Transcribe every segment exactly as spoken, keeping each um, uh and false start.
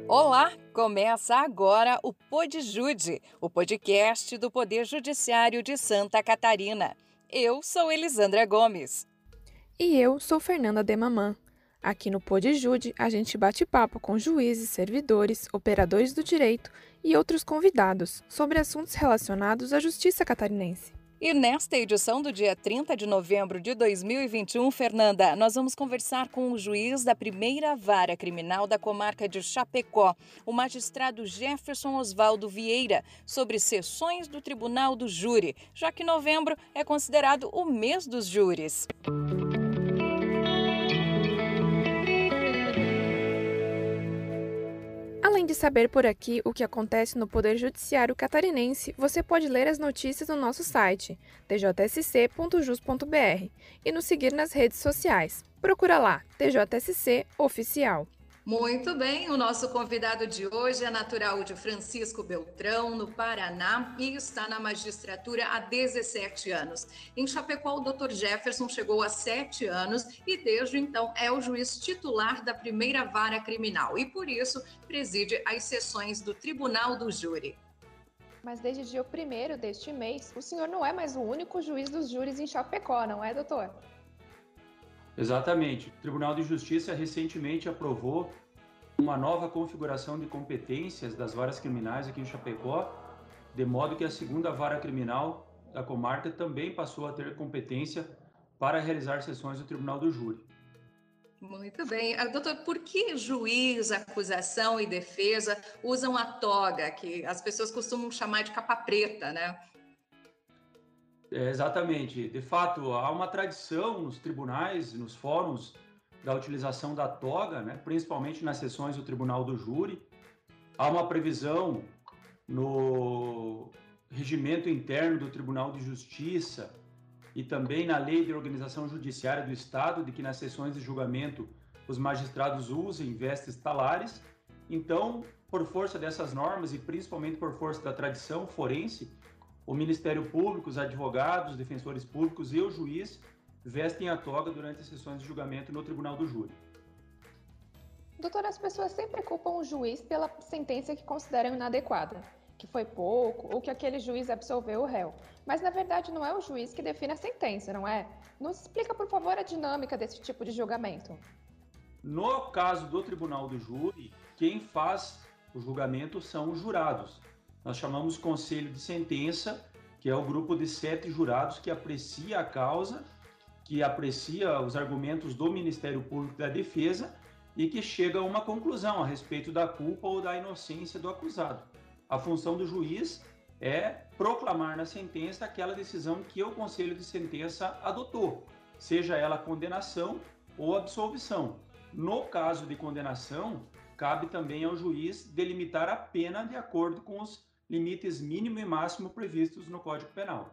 Olá, começa agora o PodJude, o podcast do Poder Judiciário de Santa Catarina. Eu sou Elisandra Gomes. E eu sou Fernanda Demamã. Aqui no PodJude, a gente bate papo com juízes, servidores, operadores do direito e outros convidados sobre assuntos relacionados à justiça catarinense. E nesta edição do dia trinta de novembro de dois mil e vinte e um, Fernanda, nós vamos conversar com o juiz da primeira vara criminal da comarca de Chapecó, o magistrado Jefferson Osvaldo Vieira, sobre sessões do Tribunal do Júri, já que novembro é considerado o mês dos júris. Além de saber por aqui o que acontece no Poder Judiciário catarinense, você pode ler as notícias no nosso site, t j s c ponto jus ponto b r, e nos seguir nas redes sociais. Procura lá, T J S C Oficial. Muito bem, o nosso convidado de hoje é natural de Francisco Beltrão, no Paraná, e está na magistratura há dezessete anos. Em Chapecó, o doutor Jefferson chegou há sete anos e, desde então, é o juiz titular da primeira vara criminal e, por isso, preside as sessões do Tribunal do Júri. Mas desde dia primeiro deste mês, o senhor não é mais o único juiz dos júris em Chapecó, não é, doutor? Exatamente. O Tribunal de Justiça recentemente aprovou uma nova configuração de competências das varas criminais aqui em Chapecó, de modo que a segunda vara criminal da comarca também passou a ter competência para realizar sessões do Tribunal do Júri. Muito bem. Ah, doutor, por que juiz, acusação e defesa usam a toga, que as pessoas costumam chamar de capa preta, né? É, exatamente. De fato, há uma tradição nos tribunais, nos fóruns, da utilização da toga, né, principalmente nas sessões do Tribunal do Júri. Há uma previsão no regimento interno do Tribunal de Justiça e também na Lei de Organização Judiciária do Estado, de que nas sessões de julgamento os magistrados usem vestes talares. Então, por força dessas normas e principalmente por força da tradição forense, o Ministério Público, os advogados, os defensores públicos e o juiz vestem a toga durante as sessões de julgamento no Tribunal do Júri. Doutor, as pessoas sempre culpam o juiz pela sentença que consideram inadequada, que foi pouco ou que aquele juiz absolveu o réu. Mas, na verdade, não é o juiz que define a sentença, não é? Nos explica, por favor, a dinâmica desse tipo de julgamento. No caso do Tribunal do Júri, quem faz o julgamento são os jurados. Nós chamamos Conselho de Sentença, que é o grupo de sete jurados que aprecia a causa, que aprecia os argumentos do Ministério Público da Defesa e que chega a uma conclusão a respeito da culpa ou da inocência do acusado. A função do juiz é proclamar na sentença aquela decisão que o Conselho de Sentença adotou, seja ela condenação ou absolvição. No caso de condenação, cabe também ao juiz delimitar a pena de acordo com os limites mínimo e máximo previstos no Código Penal.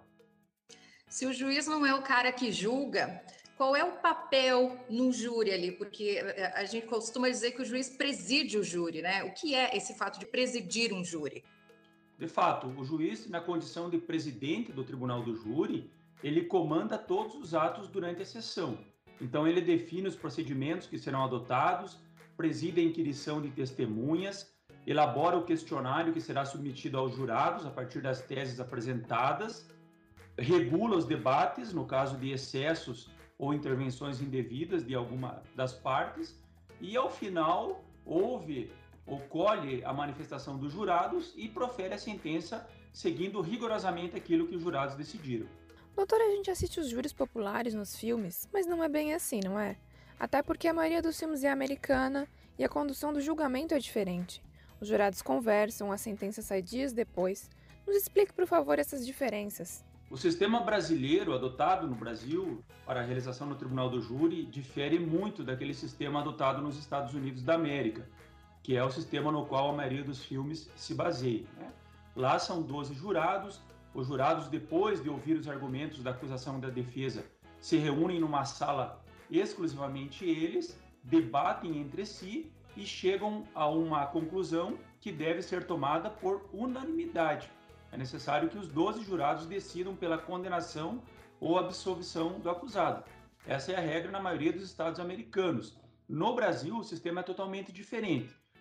Se o juiz não é o cara que julga, qual é o papel no júri ali? Porque a gente costuma dizer que o juiz preside o júri, né? O que é esse fato de presidir um júri? De fato, o juiz, na condição de presidente do Tribunal do Júri, ele comanda todos os atos durante a sessão. Então, ele define os procedimentos que serão adotados, preside a inquirição de testemunhas, elabora o questionário que será submetido aos jurados a partir das teses apresentadas, regula os debates, no caso de excessos ou intervenções indevidas de alguma das partes, e ao final ouve ou colhe a manifestação dos jurados e profere a sentença seguindo rigorosamente aquilo que os jurados decidiram. Doutora, a gente assiste os júris populares nos filmes, mas não é bem assim, não é? Até porque a maioria dos filmes é americana e a condução do julgamento é diferente. Os jurados conversam, a sentença sai dias depois. Nos explique, por favor, essas diferenças. O sistema brasileiro adotado no Brasil para a realização no Tribunal do Júri difere muito daquele sistema adotado nos Estados Unidos da América, que é o sistema no qual a maioria dos filmes se baseia, né? Lá são doze jurados. Os jurados, depois de ouvir os argumentos da acusação e da defesa, se reúnem numa sala exclusivamente eles, debatem entre si e chegam a uma conclusão que deve ser tomada por unanimidade. É necessário que os doze jurados decidam pela condenação ou absolvição do acusado. Essa é a regra na maioria dos estados americanos. No Brasil, o sistema é totalmente diferente.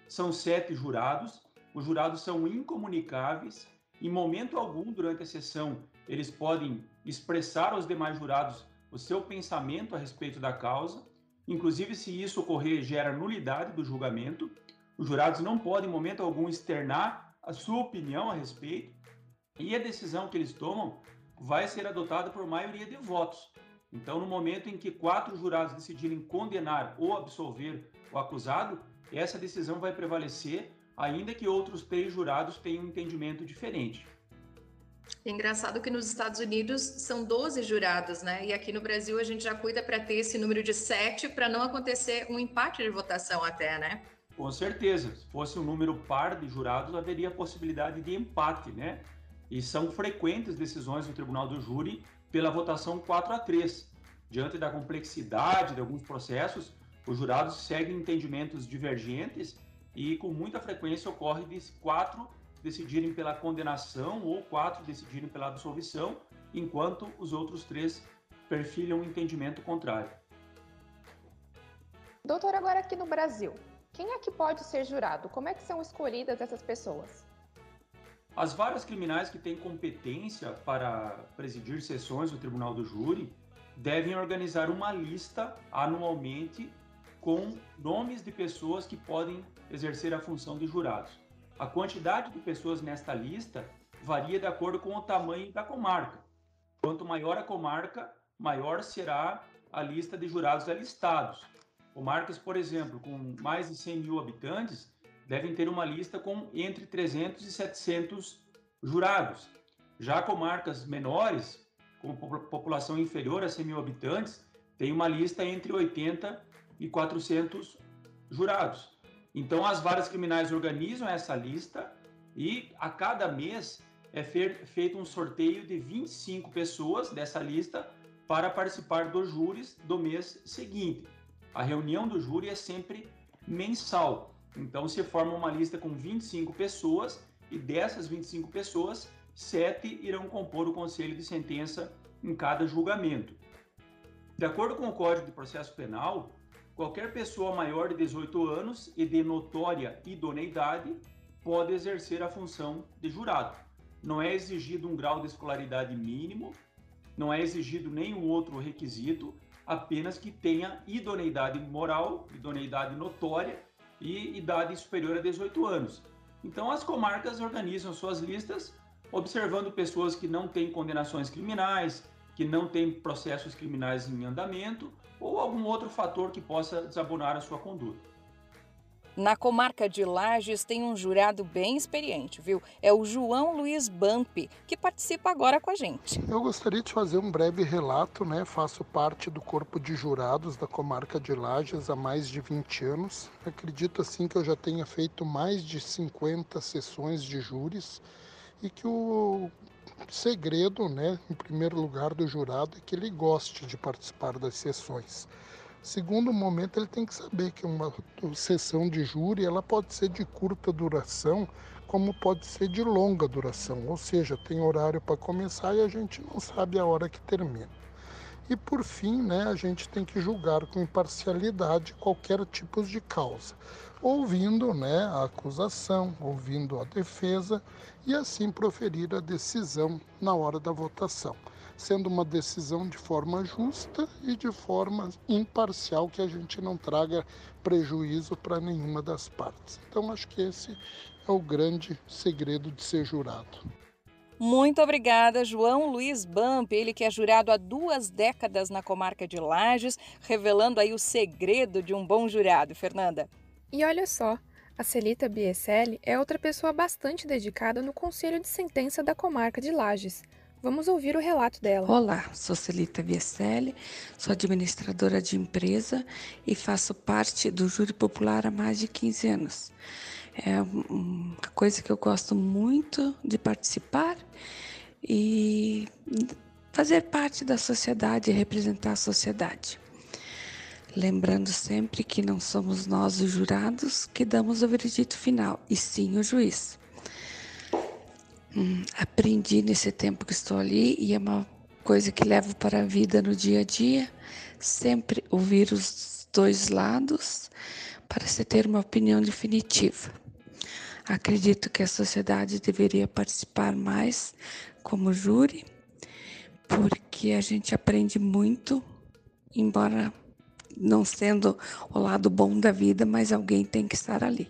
são sete jurados. Os jurados são incomunicáveis. Em momento algum, durante a sessão, eles podem expressar aos demais jurados o seu pensamento a respeito da causa. Inclusive, se isso ocorrer, gera nulidade do julgamento. Os jurados não podem, em momento algum, externar a sua opinião a respeito. E a decisão que eles tomam vai ser adotada por maioria de votos. Então, no momento em que quatro jurados decidirem condenar ou absolver o acusado, essa decisão vai prevalecer, ainda que outros três jurados tenham um entendimento diferente. É engraçado que nos Estados Unidos são doze jurados, né? E aqui no Brasil a gente já cuida para ter esse número de sete para não acontecer um empate de votação até, né? Com certeza. Se fosse um número par de jurados, haveria a possibilidade de empate, né? E são frequentes decisões do Tribunal do Júri pela votação quatro a três. Diante da complexidade de alguns processos, os jurados seguem entendimentos divergentes e com muita frequência ocorre de quatro decidirem pela condenação ou quatro decidirem pela absolvição, enquanto os outros três perfilham um entendimento contrário. Doutor, agora aqui no Brasil, quem é que pode ser jurado? Como é que são escolhidas essas pessoas? As varas criminais que têm competência para presidir sessões do Tribunal do Júri devem organizar uma lista anualmente com nomes de pessoas que podem exercer a função de jurados. A quantidade de pessoas nesta lista varia de acordo com o tamanho da comarca. Quanto maior a comarca, maior será a lista de jurados alistados. Comarcas, por exemplo, com mais de cem mil habitantes, devem ter uma lista com entre trezentos e setecentos jurados. Já comarcas menores, com população inferior a cem mil habitantes, tem uma lista entre oitenta e quatrocentos jurados. Então, as varas criminais organizam essa lista e a cada mês é feito um sorteio de vinte e cinco pessoas dessa lista para participar dos júris do mês seguinte. A reunião do júri é sempre mensal. Então, se forma uma lista com vinte e cinco pessoas e dessas vinte e cinco pessoas, sete irão compor o conselho de sentença em cada julgamento. De acordo com o Código de Processo Penal, qualquer pessoa maior de dezoito anos e de notória idoneidade pode exercer a função de jurado. Não é exigido um grau de escolaridade mínimo, não é exigido nenhum outro requisito, apenas que tenha idoneidade moral, idoneidade notória e idade superior a dezoito anos. Então, as comarcas organizam suas listas, observando pessoas que não têm condenações criminais, que não têm processos criminais em andamento ou algum outro fator que possa desabonar a sua conduta. Na comarca de Lages tem um jurado bem experiente, viu? É o João Luiz Bampi, que participa agora com a gente. Eu gostaria de fazer um breve relato, né? Faço parte do corpo de jurados da comarca de Lages há mais de vinte anos. Acredito assim que eu já tenha feito mais de cinquenta sessões de júris e que o segredo, né, em primeiro lugar, do jurado é que ele goste de participar das sessões. Segundo momento, ele tem que saber que uma sessão de júri ela pode ser de curta duração, como pode ser de longa duração, ou seja, tem horário para começar e a gente não sabe a hora que termina. E por fim, né, a gente tem que julgar com imparcialidade qualquer tipo de causa, ouvindo, né, a acusação, ouvindo a defesa e assim proferir a decisão na hora da votação, sendo uma decisão de forma justa e de forma imparcial, que a gente não traga prejuízo para nenhuma das partes. Então, acho que esse é o grande segredo de ser jurado. Muito obrigada, João Luiz Bampi, ele que é jurado há duas décadas na comarca de Lages, revelando aí o segredo de um bom jurado. Fernanda. E olha só, a Celita Bieselli é outra pessoa bastante dedicada no Conselho de Sentença da comarca de Lages. Vamos ouvir o relato dela. Olá, sou Celita Bieselli, sou administradora de empresa e faço parte do Júri Popular há mais de quinze anos. É uma coisa que eu gosto muito de participar e fazer parte da sociedade e representar a sociedade. Lembrando sempre que não somos nós os jurados que damos o veredito final, e sim o juiz. Hum, aprendi nesse tempo que estou ali e é uma coisa que levo para a vida no dia a dia, sempre ouvir os dois lados, para se ter uma opinião definitiva. Acredito que a sociedade deveria participar mais como júri, porque a gente aprende muito, embora não sendo o lado bom da vida, mas alguém tem que estar ali.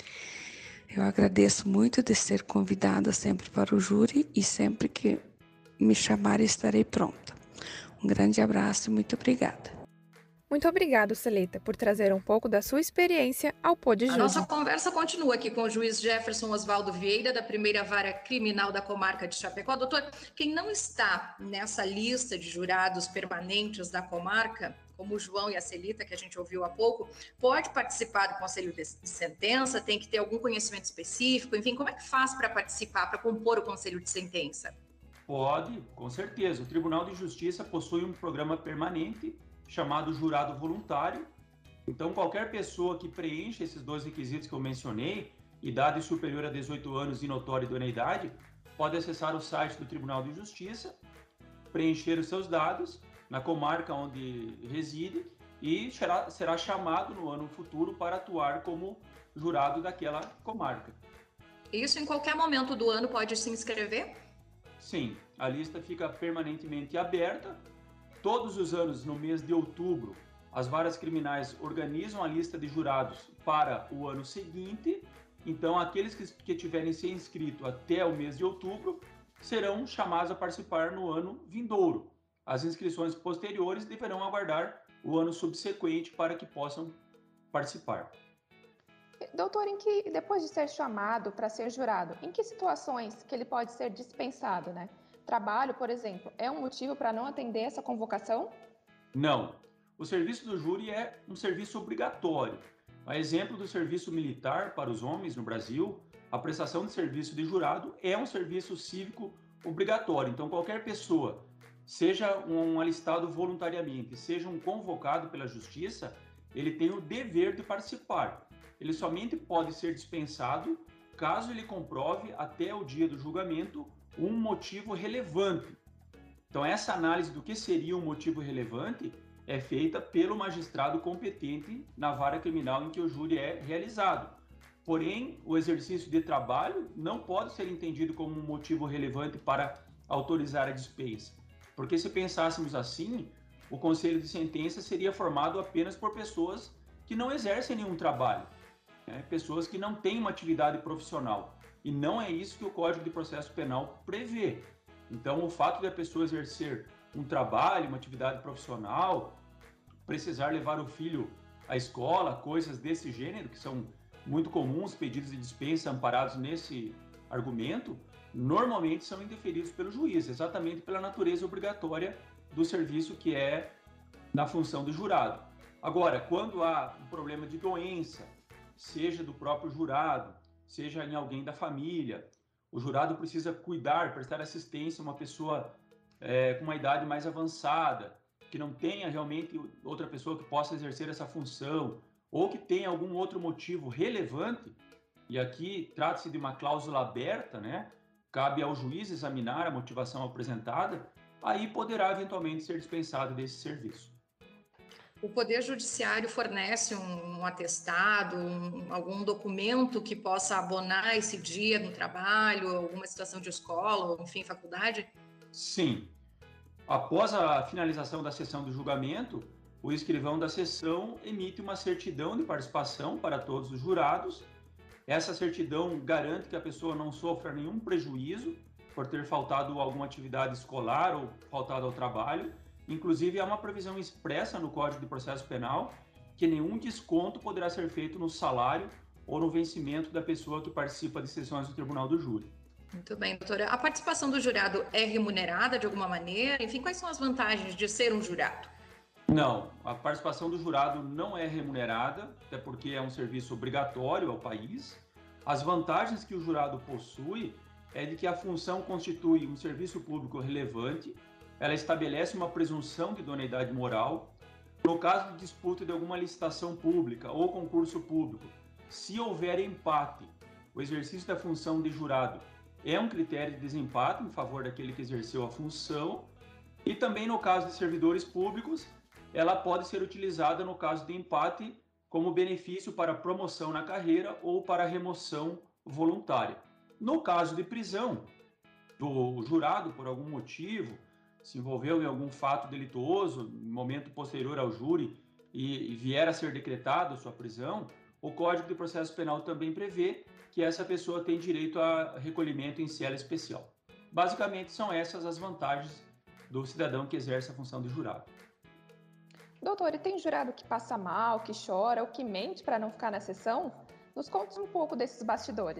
Eu agradeço muito de ser convidada sempre para o júri e sempre que me chamarem estarei pronta. Um grande abraço e muito obrigada. Muito obrigado, Celita, por trazer um pouco da sua experiência ao Pod Júri. A nossa conversa continua aqui com o juiz Jefferson Oswaldo Vieira, da primeira vara criminal da comarca de Chapecó. Doutor, quem não está nessa lista de jurados permanentes da comarca, como o João e a Celita, que a gente ouviu há pouco, pode participar do conselho de sentença, tem que ter algum conhecimento específico, enfim, como é que faz para participar, para compor o conselho de sentença? Pode, com certeza. O Tribunal de Justiça possui um programa permanente chamado jurado voluntário. Então, qualquer pessoa que preencha esses dois requisitos que eu mencionei, idade superior a dezoito anos e notória idoneidade, pode acessar o site do Tribunal de Justiça, preencher os seus dados na comarca onde reside e será, será chamado no ano futuro para atuar como jurado daquela comarca. Isso em qualquer momento do ano pode se inscrever? Sim, a lista fica permanentemente aberta. Todos os anos, no mês de outubro, as varas criminais organizam a lista de jurados para o ano seguinte. Então, aqueles que, que tiverem se inscrito até o mês de outubro serão chamados a participar no ano vindouro. As inscrições posteriores deverão aguardar o ano subsequente para que possam participar. Doutor, em que, depois de ser chamado para ser jurado, em que situações que ele pode ser dispensado, né? Trabalho, por exemplo, é um motivo para não atender essa convocação? Não. O serviço do júri é um serviço obrigatório. A exemplo do serviço militar para os homens no Brasil, a prestação de serviço de jurado é um serviço cívico obrigatório. Então, qualquer pessoa, seja um alistado voluntariamente, seja um convocado pela Justiça, ele tem o dever de participar. Ele somente pode ser dispensado caso ele comprove até o dia do julgamento um motivo relevante. Então, essa análise do que seria um motivo relevante é feita pelo magistrado competente na vara criminal em que o júri é realizado. Porém, o exercício de trabalho não pode ser entendido como um motivo relevante para autorizar a dispensa. Porque se pensássemos assim, o conselho de sentença seria formado apenas por pessoas que não exercem nenhum trabalho, né? Pessoas que não têm uma atividade profissional. E não é isso que o Código de Processo Penal prevê. Então, o fato de a pessoa exercer um trabalho, uma atividade profissional, precisar levar o filho à escola, coisas desse gênero, que são muito comuns, pedidos de dispensa amparados nesse argumento, normalmente são indeferidos pelo juiz, exatamente pela natureza obrigatória do serviço que é na função do jurado. Agora, quando há um problema de doença, seja do próprio jurado, seja em alguém da família, o jurado precisa cuidar, prestar assistência a uma pessoa é, com uma idade mais avançada, que não tenha realmente outra pessoa que possa exercer essa função, ou que tenha algum outro motivo relevante, e aqui trata-se de uma cláusula aberta, né? Cabe ao juiz examinar a motivação apresentada, aí poderá eventualmente ser dispensado desse serviço. O Poder Judiciário fornece um, um atestado, um, algum documento que possa abonar esse dia no trabalho, alguma situação de escola, ou, enfim, faculdade? Sim. Após a finalização da sessão do julgamento, o escrivão da sessão emite uma certidão de participação para todos os jurados. Essa certidão garante que a pessoa não sofra nenhum prejuízo por ter faltado a alguma atividade escolar ou faltado ao trabalho. Inclusive, há uma previsão expressa no Código de Processo Penal que nenhum desconto poderá ser feito no salário ou no vencimento da pessoa que participa de sessões do Tribunal do Júri. Muito bem, doutora. A participação do jurado é remunerada de alguma maneira? Enfim, quais são as vantagens de ser um jurado? Não, a participação do jurado não é remunerada, até porque é um serviço obrigatório ao país. As vantagens que o jurado possui é de que a função constitui um serviço público relevante, ela estabelece uma presunção de idoneidade moral. No caso de disputa de alguma licitação pública ou concurso público, se houver empate, o exercício da função de jurado é um critério de desempate em favor daquele que exerceu a função. E também no caso de servidores públicos, ela pode ser utilizada no caso de empate como benefício para promoção na carreira ou para remoção voluntária. No caso de prisão do jurado, por algum motivo, se envolveu em algum fato delituoso, no momento posterior ao júri, e vier a ser decretada sua prisão, o Código de Processo Penal também prevê que essa pessoa tem direito a recolhimento em cela especial. Basicamente, são essas as vantagens do cidadão que exerce a função de jurado. Doutor, e tem jurado que passa mal, que chora ou que mente para não ficar na sessão? Nos conte um pouco desses bastidores.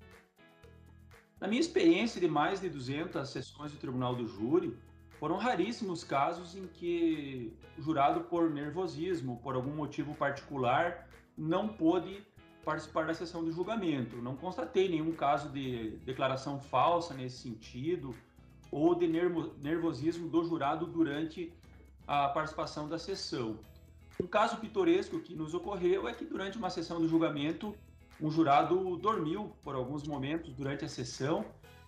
Na minha experiência de mais de duzentas sessões do Tribunal do Júri, foram raríssimos casos em que o jurado, por nervosismo, por algum motivo particular, não pôde participar da sessão de julgamento. Não constatei nenhum caso de declaração falsa nesse sentido ou de nervosismo do jurado durante a participação da sessão. Um caso pitoresco que nos ocorreu é que durante uma sessão de julgamento, um jurado dormiu por alguns momentos durante a sessão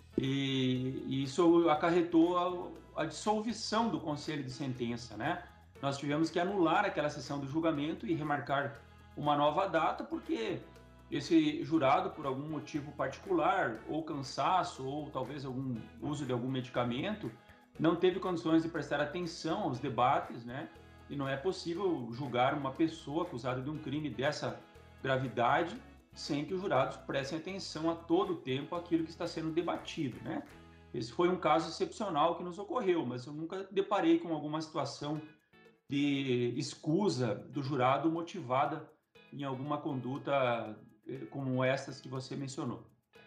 e isso acarretou a, a dissolução do conselho de sentença, né? Nós tivemos que anular aquela sessão de julgamento e remarcar uma nova data porque esse jurado, por algum motivo particular, ou cansaço, ou talvez algum uso de algum medicamento, não teve condições de prestar atenção aos debates, né? E não é possível julgar uma pessoa acusada de um crime dessa gravidade sem que os jurados prestem atenção a todo o tempo àquilo que está sendo debatido, né? Esse foi um caso excepcional que nos ocorreu, mas eu nunca deparei com alguma situação de escusa do jurado motivada em alguma conduta como essas que você mencionou.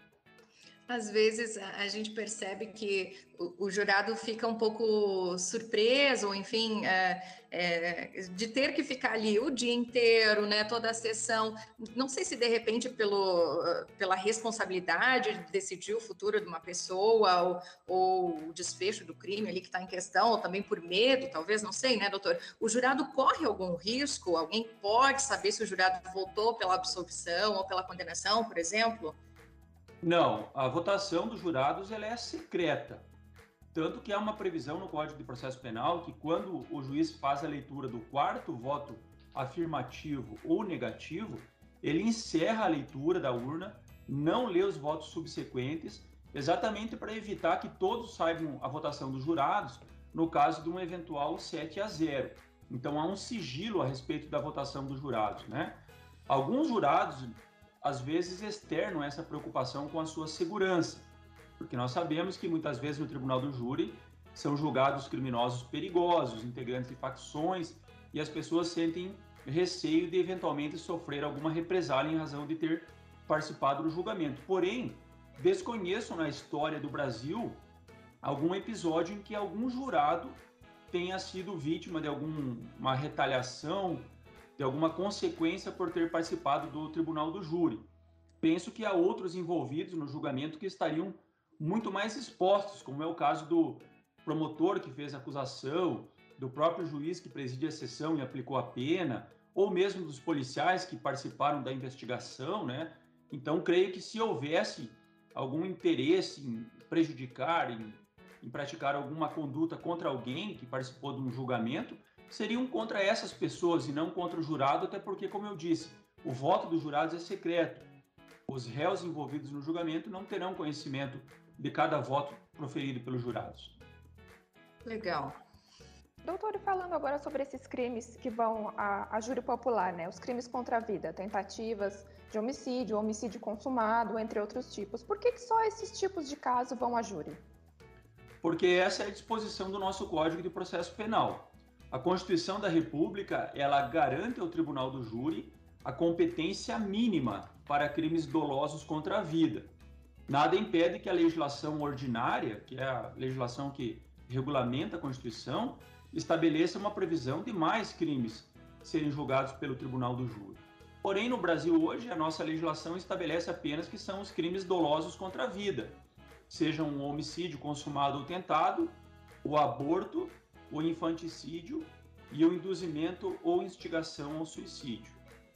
Às vezes a gente percebe que o, o jurado fica um pouco surpreso, enfim, é, é, de ter que ficar ali o dia inteiro, né, toda a sessão. Não sei se de repente pelo, pela responsabilidade de decidir o futuro de uma pessoa ou, ou o desfecho do crime ali que está em questão, ou também por medo, talvez, não sei, né, doutor? O jurado corre algum risco? Alguém pode saber se o jurado votou pela absolvição ou pela condenação, por exemplo? Não, a votação dos jurados ela é secreta, tanto que há uma previsão no Código de Processo Penal que quando o juiz faz a leitura do quarto voto afirmativo ou negativo, ele encerra a leitura da urna, não lê os votos subsequentes, exatamente para evitar que todos saibam a votação dos jurados no caso de um eventual sete a zero. Então há um sigilo a respeito da votação dos jurados, né? Alguns jurados às vezes externam essa preocupação com a sua segurança, porque nós sabemos que muitas vezes no tribunal do júri são julgados criminosos perigosos, integrantes de facções, e as pessoas sentem receio de eventualmente sofrer alguma represália em razão de ter participado do julgamento. Porém, desconheço na história do Brasil algum episódio em que algum jurado tenha sido vítima de alguma retaliação, de alguma consequência por ter participado do tribunal do júri. Penso que há outros envolvidos no julgamento que estariam muito mais expostos, como é o caso do promotor que fez a acusação, do próprio juiz que presidia a sessão e aplicou a pena, ou mesmo dos policiais que participaram da investigação, né? Então, creio que se houvesse algum interesse em prejudicar, em, em praticar alguma conduta contra alguém que participou de um julgamento, seriam contra essas pessoas e não contra o jurado, até porque, como eu disse, o voto dos jurados é secreto. Os réus envolvidos no julgamento não terão conhecimento de cada voto proferido pelos jurados. Legal. Doutor, e falando agora sobre esses crimes que vão a, a júri popular, né? Os crimes contra a vida, tentativas de homicídio, homicídio consumado, entre outros tipos. Por que, que só esses tipos de caso vão a júri? Porque essa é a disposição do nosso Código de Processo Penal. A Constituição da República, ela garante ao Tribunal do Júri a competência mínima para crimes dolosos contra a vida. Nada impede que a legislação ordinária, que é a legislação que regulamenta a Constituição, estabeleça uma previsão de mais crimes serem julgados pelo Tribunal do Júri. Porém, no Brasil hoje, a nossa legislação estabelece apenas que são os crimes dolosos contra a vida, sejam um homicídio consumado ou tentado, o aborto, o infanticídio e o induzimento ou instigação ao suicídio.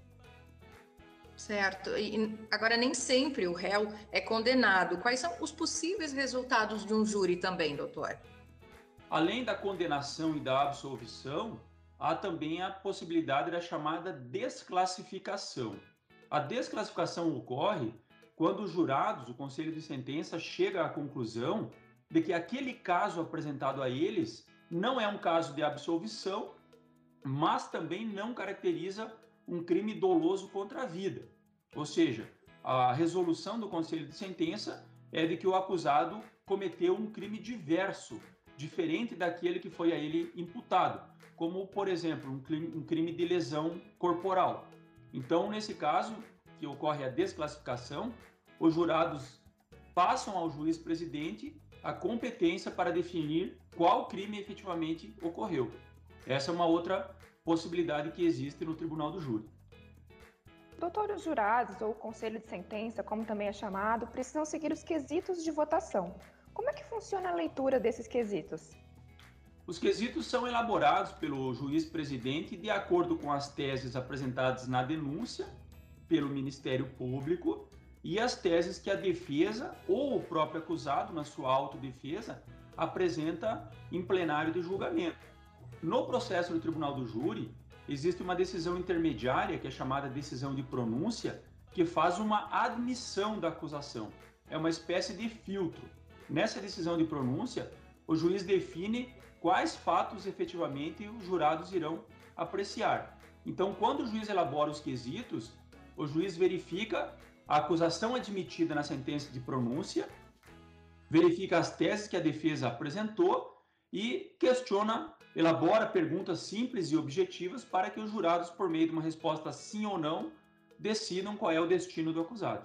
Certo. E agora, nem sempre o réu é condenado. Quais são os possíveis resultados de um júri também, doutor? Além da condenação e da absolvição, há também a possibilidade da chamada desclassificação. A desclassificação ocorre quando os jurados, o conselho de sentença, chega à conclusão de que aquele caso apresentado a eles não é um caso de absolvição, mas também não caracteriza um crime doloso contra a vida. Ou seja, a resolução do conselho de sentença é de que o acusado cometeu um crime diverso, diferente daquele que foi a ele imputado, como, por exemplo, um crime, um crime de lesão corporal. Então, nesse caso, que ocorre a desclassificação, os jurados passam ao juiz presidente a competência para definir qual crime efetivamente ocorreu. Essa é uma outra possibilidade que existe no tribunal do júri. Doutor, os jurados, ou conselho de sentença, como também é chamado, precisam seguir os quesitos de votação. Como é que funciona a leitura desses quesitos? Os quesitos são elaborados pelo juiz presidente de acordo com as teses apresentadas na denúncia pelo Ministério Público e as teses que a defesa ou o próprio acusado, na sua autodefesa, apresenta em plenário de julgamento. No processo do tribunal do júri, existe uma decisão intermediária, que é chamada decisão de pronúncia, que faz uma admissão da acusação. É uma espécie de filtro. Nessa decisão de pronúncia, o juiz define quais fatos efetivamente os jurados irão apreciar. Então, quando o juiz elabora os quesitos, o juiz verifica a acusação admitida na sentença de pronúncia, verifica as teses que a defesa apresentou e questiona, elabora perguntas simples e objetivas para que os jurados, por meio de uma resposta sim ou não, decidam qual é o destino do acusado.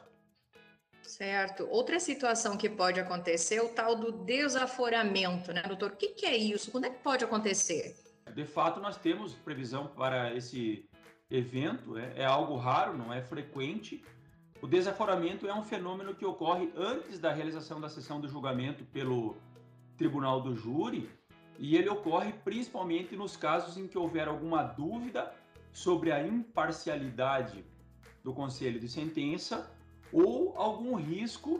Certo. Outra situação que pode acontecer é o tal do desaforamento, né, doutor? O que, que é isso? Quando é que pode acontecer? De fato, nós temos previsão para esse evento, é, é algo raro, não é frequente. O desaforamento é um fenômeno que ocorre antes da realização da sessão do julgamento pelo tribunal do júri, e ele ocorre principalmente nos casos em que houver alguma dúvida sobre a imparcialidade do conselho de sentença ou algum risco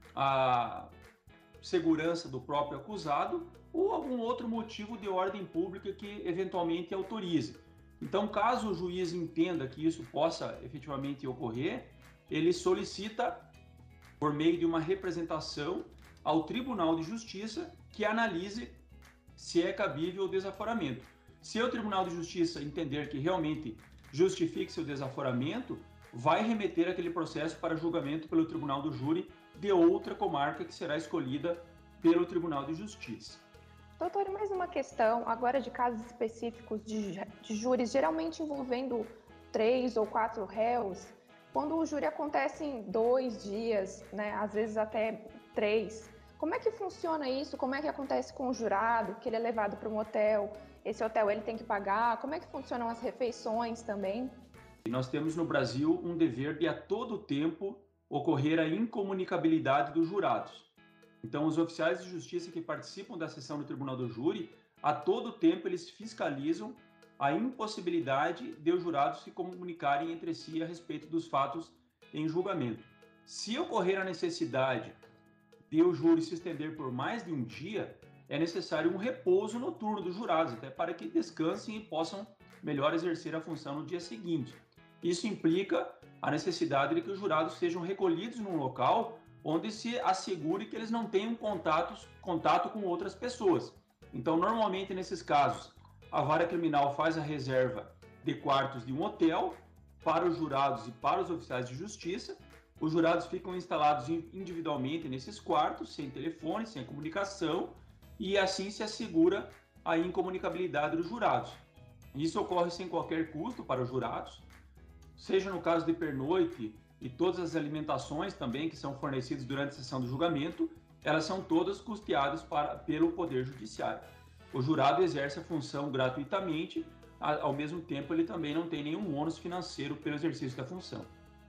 à segurança do próprio acusado ou algum outro motivo de ordem pública que eventualmente autorize. Então, caso o juiz entenda que isso possa efetivamente ocorrer, ele solicita, por meio de uma representação, ao Tribunal de Justiça que analise se é cabível o desaforamento. Se o Tribunal de Justiça entender que realmente justifique seu desaforamento, vai remeter aquele processo para julgamento pelo Tribunal do Júri de outra comarca que será escolhida pelo Tribunal de Justiça. Doutor, mais uma questão, agora de casos específicos de, de júris, geralmente envolvendo três ou quatro réus, quando o júri acontece em dois dias, né, às vezes até três, como é que funciona isso? Como é que acontece com o jurado, que ele é levado para um hotel, esse hotel ele tem que pagar, como é que funcionam as refeições também? Nós temos no Brasil um dever de a todo tempo ocorrer a incomunicabilidade dos jurados. Então, os oficiais de justiça que participam da sessão do Tribunal do Júri, a todo tempo eles fiscalizam a impossibilidade de os jurados se comunicarem entre si a respeito dos fatos em julgamento. Se ocorrer a necessidade de o júri se estender por mais de um dia, é necessário um repouso noturno dos jurados, até para que descansem e possam melhor exercer a função no dia seguinte. Isso implica a necessidade de que os jurados sejam recolhidos num local onde se assegure que eles não tenham contatos, contato com outras pessoas. Então, normalmente, nesses casos, a vara criminal faz a reserva de quartos de um hotel para os jurados e para os oficiais de justiça. Os jurados ficam instalados individualmente nesses quartos, sem telefone, sem comunicação, e assim se assegura a incomunicabilidade dos jurados. Isso ocorre sem qualquer custo para os jurados, seja no caso de pernoite e todas as alimentações também que são fornecidas durante a sessão do julgamento, elas são todas custeadas para, pelo Poder Judiciário. O jurado exerce a função gratuitamente, ao mesmo tempo ele também não tem nenhum ônus financeiro pelo exercício da função.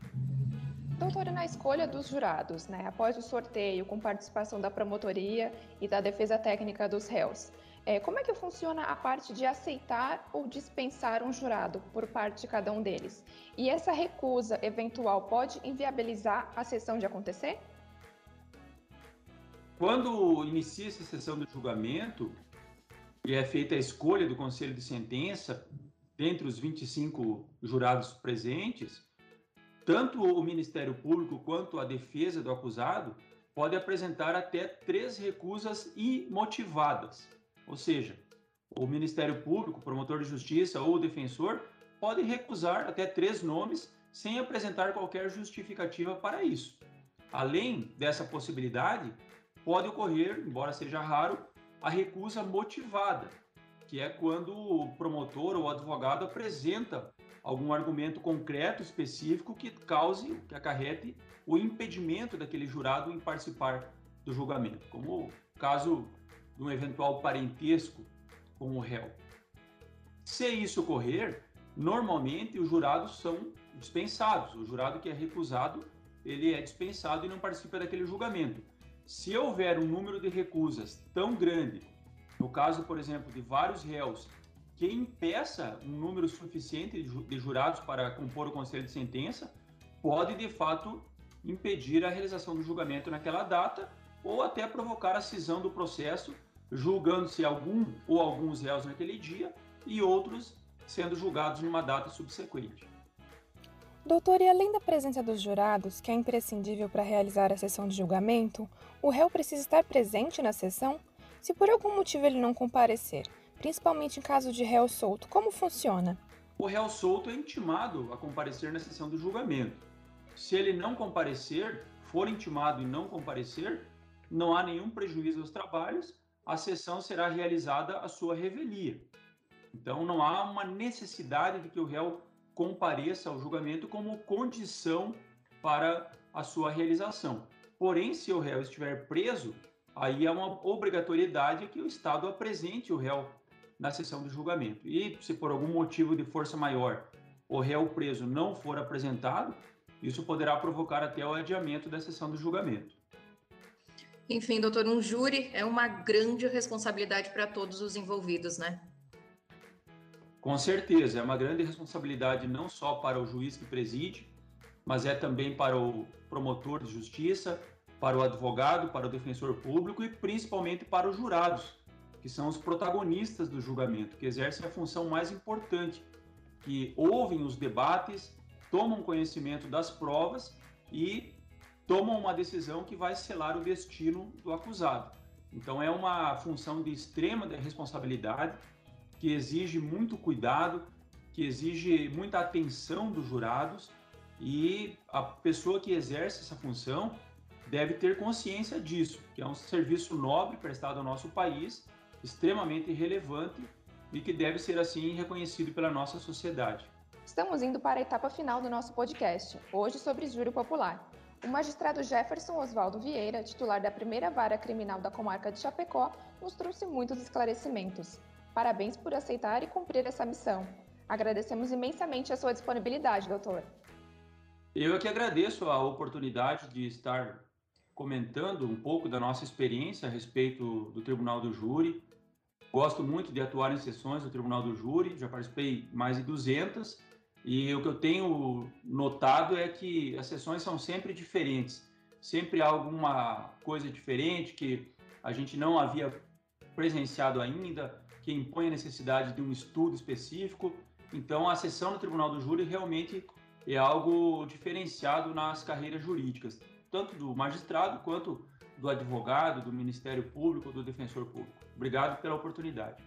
Doutora, na escolha dos jurados, né, após o sorteio com participação da promotoria e da defesa técnica dos réus, é, como é que funciona a parte de aceitar ou dispensar um jurado por parte de cada um deles? E essa recusa eventual pode inviabilizar a sessão de acontecer? Quando inicia essa sessão de julgamento, e é feita a escolha do conselho de sentença dentre os vinte e cinco jurados presentes, tanto o Ministério Público quanto a defesa do acusado pode apresentar até três recusas imotivadas. Ou seja, o Ministério Público, o promotor de justiça ou o defensor pode recusar até três nomes sem apresentar qualquer justificativa para isso. Além dessa possibilidade, pode ocorrer, embora seja raro, a recusa motivada, que é quando o promotor ou o advogado apresenta algum argumento concreto, específico, que cause, que acarrete o impedimento daquele jurado em participar do julgamento, como o caso de um eventual parentesco com o réu. Se isso ocorrer, normalmente os jurados são dispensados. O jurado que é recusado, ele é dispensado e não participa daquele julgamento. Se houver um número de recusas tão grande, no caso, por exemplo, de vários réus, que impeça um número suficiente de jurados para compor o conselho de sentença, pode, de fato, impedir a realização do julgamento naquela data ou até provocar a cisão do processo, julgando-se algum ou alguns réus naquele dia e outros sendo julgados numa data subsequente. Doutor, e além da presença dos jurados, que é imprescindível para realizar a sessão de julgamento, o réu precisa estar presente na sessão? Se por algum motivo ele não comparecer, principalmente em caso de réu solto, como funciona? O réu solto é intimado a comparecer na sessão do julgamento. Se ele não comparecer, for intimado e não comparecer, não há nenhum prejuízo aos trabalhos, a sessão será realizada à sua revelia. Então não há uma necessidade de que o réu compareça ao julgamento como condição para a sua realização. Porém, se o réu estiver preso, aí é uma obrigatoriedade que o Estado apresente o réu na sessão de julgamento. E se por algum motivo de força maior o réu preso não for apresentado, isso poderá provocar até o adiamento da sessão do julgamento. Enfim, doutor, um júri é uma grande responsabilidade para todos os envolvidos, né? Com certeza, é uma grande responsabilidade não só para o juiz que preside, mas é também para o promotor de justiça, para o advogado, para o defensor público e principalmente para os jurados, que são os protagonistas do julgamento, que exercem a função mais importante, que ouvem os debates, tomam conhecimento das provas e tomam uma decisão que vai selar o destino do acusado. Então é uma função de extrema responsabilidade, que exige muito cuidado, que exige muita atenção dos jurados, e a pessoa que exerce essa função deve ter consciência disso, que é um serviço nobre prestado ao nosso país, extremamente relevante e que deve ser assim reconhecido pela nossa sociedade. Estamos indo para a etapa final do nosso podcast, hoje sobre júri popular. O magistrado Jefferson Oswaldo Vieira, titular da primeira vara criminal da comarca de Chapecó, nos trouxe muitos esclarecimentos. Parabéns por aceitar e cumprir essa missão. Agradecemos imensamente a sua disponibilidade, doutor. Eu é que agradeço a oportunidade de estar comentando um pouco da nossa experiência a respeito do Tribunal do Júri. Gosto muito de atuar em sessões do Tribunal do Júri, já participei mais de duzentas, e o que eu tenho notado é que as sessões são sempre diferentes. Sempre há alguma coisa diferente que a gente não havia presenciado ainda, que impõe a necessidade de um estudo específico. Então, a sessão do Tribunal do Júri realmente é algo diferenciado nas carreiras jurídicas, tanto do magistrado quanto do advogado, do Ministério Público, do defensor público. Obrigado pela oportunidade.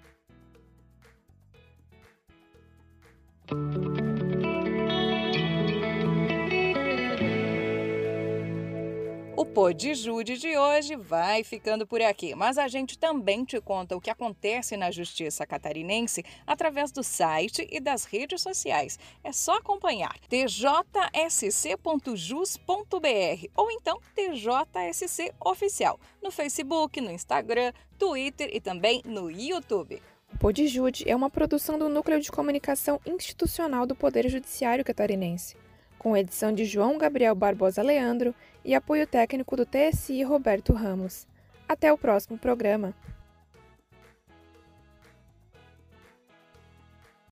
O Pod Júri de hoje vai ficando por aqui, mas a gente também te conta o que acontece na Justiça Catarinense através do site e das redes sociais. É só acompanhar t j s c ponto jus ponto b r ou então T J S C Oficial no Facebook, no Instagram, Twitter e também no YouTube. O Pod Júri é uma produção do Núcleo de Comunicação Institucional do Poder Judiciário Catarinense, com edição de João Gabriel Barbosa Leandro e apoio técnico do T S I Roberto Ramos. Até o próximo programa!